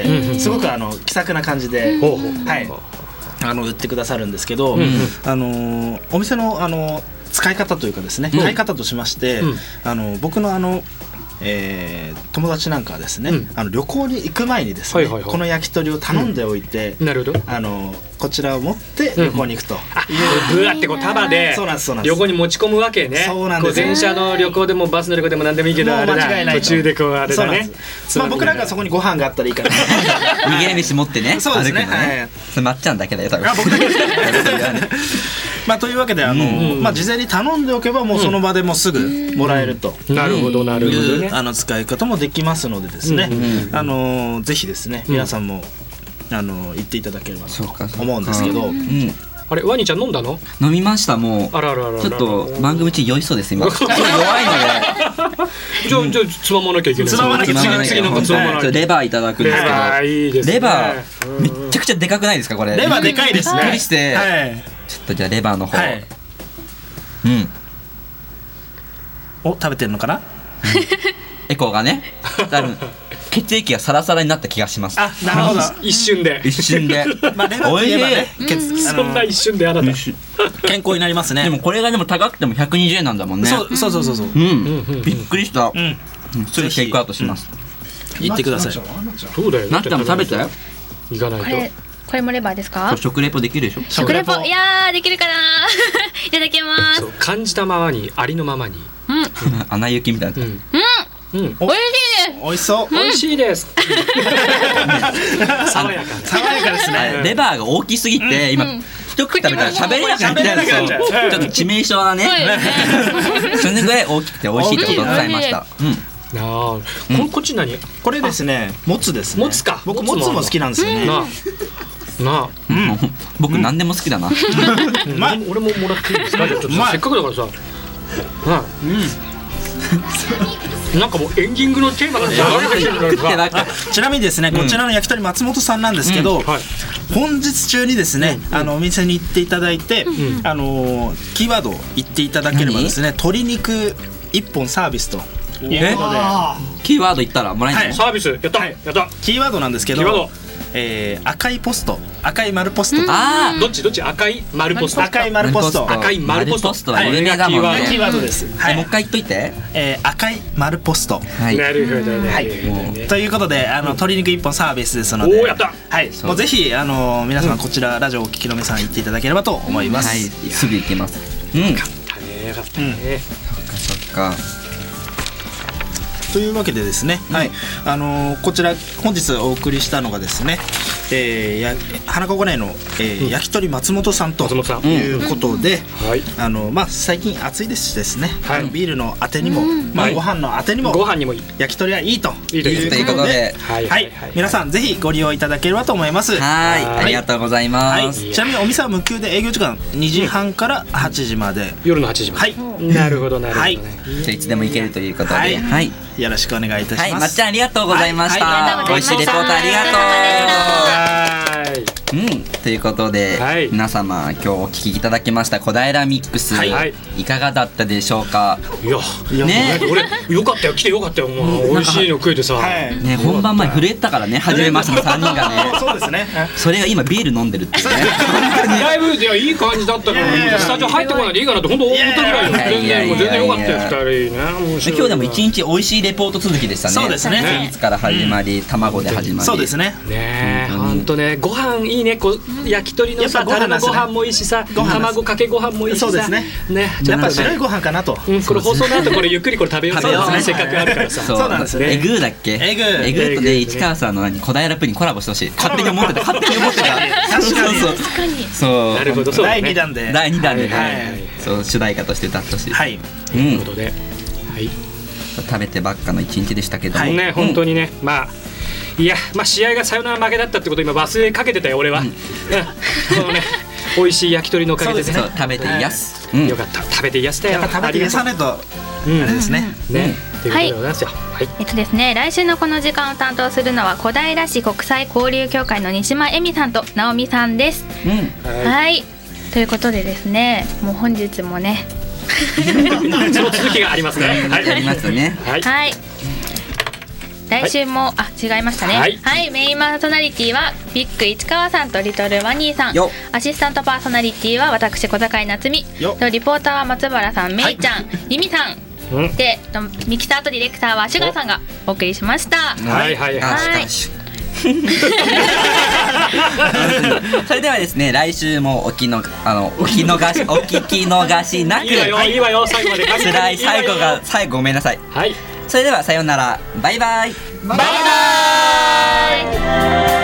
すごく気さくな感じで、売ってくださるんですけど、お店の使い方というかですね、買い方としまして、僕の友達なんかはですね、旅行に行く前にですね、この焼き鳥を頼んでおいて、こちらを持って旅行に行くとブワってこう束で旅行に持ち込むわけね。電車の旅行でもバスの旅行でも何でもいいけど、あれだ途中でこうあれだね。 僕なんかそこにご飯があったらいいから逃げ飯持ってね。 そうですね。 まっちゃんだけだよ多分。 というわけで事前に頼んでおけばもうその場でもすぐもらえると。 なるほどなるほどね。 使い方もできますのでですね、ぜひですね皆さんも行っていただければと思うんですけど。 あれワニちゃん飲んだの？ 飲みましたもう。ちょっと番組中酔いそうです今。弱いので。 じゃあつままなきゃいけない。次なんかつままなきゃ。 レバーいただくんですけど。レバーめっちゃくちゃでかくないですかこれ？ レバーでかいですね。 びっくりして。ちょっとじゃあレバーの方。 食べてるのかな？ エコーがね。多分血液がサラサラになった気がします。 なるほど。 一瞬で。 おいしい。 そんな一瞬であなた健康になりますね。 でもこれがでも高くても120円なんだもんね。 そう。 びっくりした。すぐテイクアウトします。 行ってください。 そうだよ。 なっちゃんも食べたよ。 行かないと。 これもレバーですか？ 食レポできるでしょ。 食レポいやーできるかな。いただきます。 感じたままにありのままに。 アナ雪みたいな。 おいしいです。 おいしそう。 おいしいです。爽やかですね。 レバーが大きすぎて今一口食べたら喋れなくなっちゃうんですよ。ちょっと致命傷だね。それぐらい大きくて美味しいってことを伝えました。 こっち何？ これですね、もつですね。 もつか。 僕もつも好きなんですよね。 僕何でも好きだな。 俺ももらっていいですか？ちょっとせっかくだからさ。なんかもうエンディングのテーマが流れてきてるからちなみにですね、こちらの焼き鳥松本さんなんですけど、本日中にですねお店に行っていただいてキーワードを言っていただければですね、鶏肉1本サービスということで、 キーワード言ったらもらえるの？ サービスやったキーワードなんですけど、赤いポスト、赤い丸ポスト。 どっち赤い丸ポスト。 赤い丸ポスト。 赤い丸ポストは有名だもんね。 キーワードです。 もう一回言っといて。 赤い丸ポスト。 なるほどね。 ということで鶏肉1本サービスですので、 やった。 もうぜひ皆様こちらラジオをお聞きの皆さん行っていただければと思います。 すぐ行けます。 よかったね。 そっか。 というわけでですね、こちら本日お送りしたのがですね、花子ねの、焼き鳥松本さんということで、最近暑いですしですね、ビールのあてにも、ご飯のあてにも焼き鳥はいいということで、皆さんぜひご利用いただければと思います。 ありがとうございます。 ちなみにお店は無休で営業時間2時半から8時まで、 夜の8時まで。なるほどなるほどね。 いつでも行けるということで、 よろしくお願いいたします。 まっちゃんありがとうございました。美味しいレポートありがとう。とということで、はい、皆様今日お聞きいただきました小平ミックス、はい、いかがだったでしょうか。 いやね、俺よかったよ、来てよかったよ、もう美味しいの食えてさ、 ね、本番前震えてたからね、初めましての3人がねそうですね、 それが今ビール飲んでるってねだいぶいやいい感じだったから、スタジオ入ってこないでいいかなって本当思ったぐらいよ。全然よかったよ、2人ね。 今日でも一日美味しいレポート続きでしたね。 そうですね、 スイーツから始まり、卵で始まり、 そうですね、 本当ね、ご飯いいね、こう焼き鳥のさ、タレのご飯もいいしさ、卵かけご飯もいいしさ、 そうですね、やっぱ白いご飯かなと。 これ放送の後これゆっくりこれ食べようね、せっかくあるからさ。 そうなんですね。 エグーだっけ？エグーとね、市川さんの小平プリンコラボしてほしい。勝手に思ってた。確かに。そう。 なるほど、そう。 第2弾で。 そう、主題歌として歌ってほしい。 はい。ということで、はい。 食べてばっかの一日でしたけどもね、本当にね、まあいや、まあ試合がサヨナラ負けだったってこと今忘れかけてたよ俺は。このね、美味しい焼き鳥のおかげでね、 食べて癒す。 よかった、食べて癒したよ。 やっぱ食べて癒さないとあれですね。 ね、ということでございますよ。 ですね、来週のこの時間を担当するのは小平市国際交流協会の西間恵美さんと直美さんです。はい、ということでですね、もう本日もねその続きがありますね。 はい、ありますね。 はい。来週も、違いましたね。はい、メインパーソナリティはビッグ市川さんとリトルワニーさん。アシスタントパーソナリティは私小坂井夏美。リポーターは松原さん、めいちゃん、りみさん。で、ミキサーとディレクターはシュガーさんがお送りしました。 はいはいはい。 それではですね、来週もお聞き逃しなく。いいわよ、最後まで。 辛い最後ごめんなさい。はい。それではさようなら、バイバイ。 バイバイ。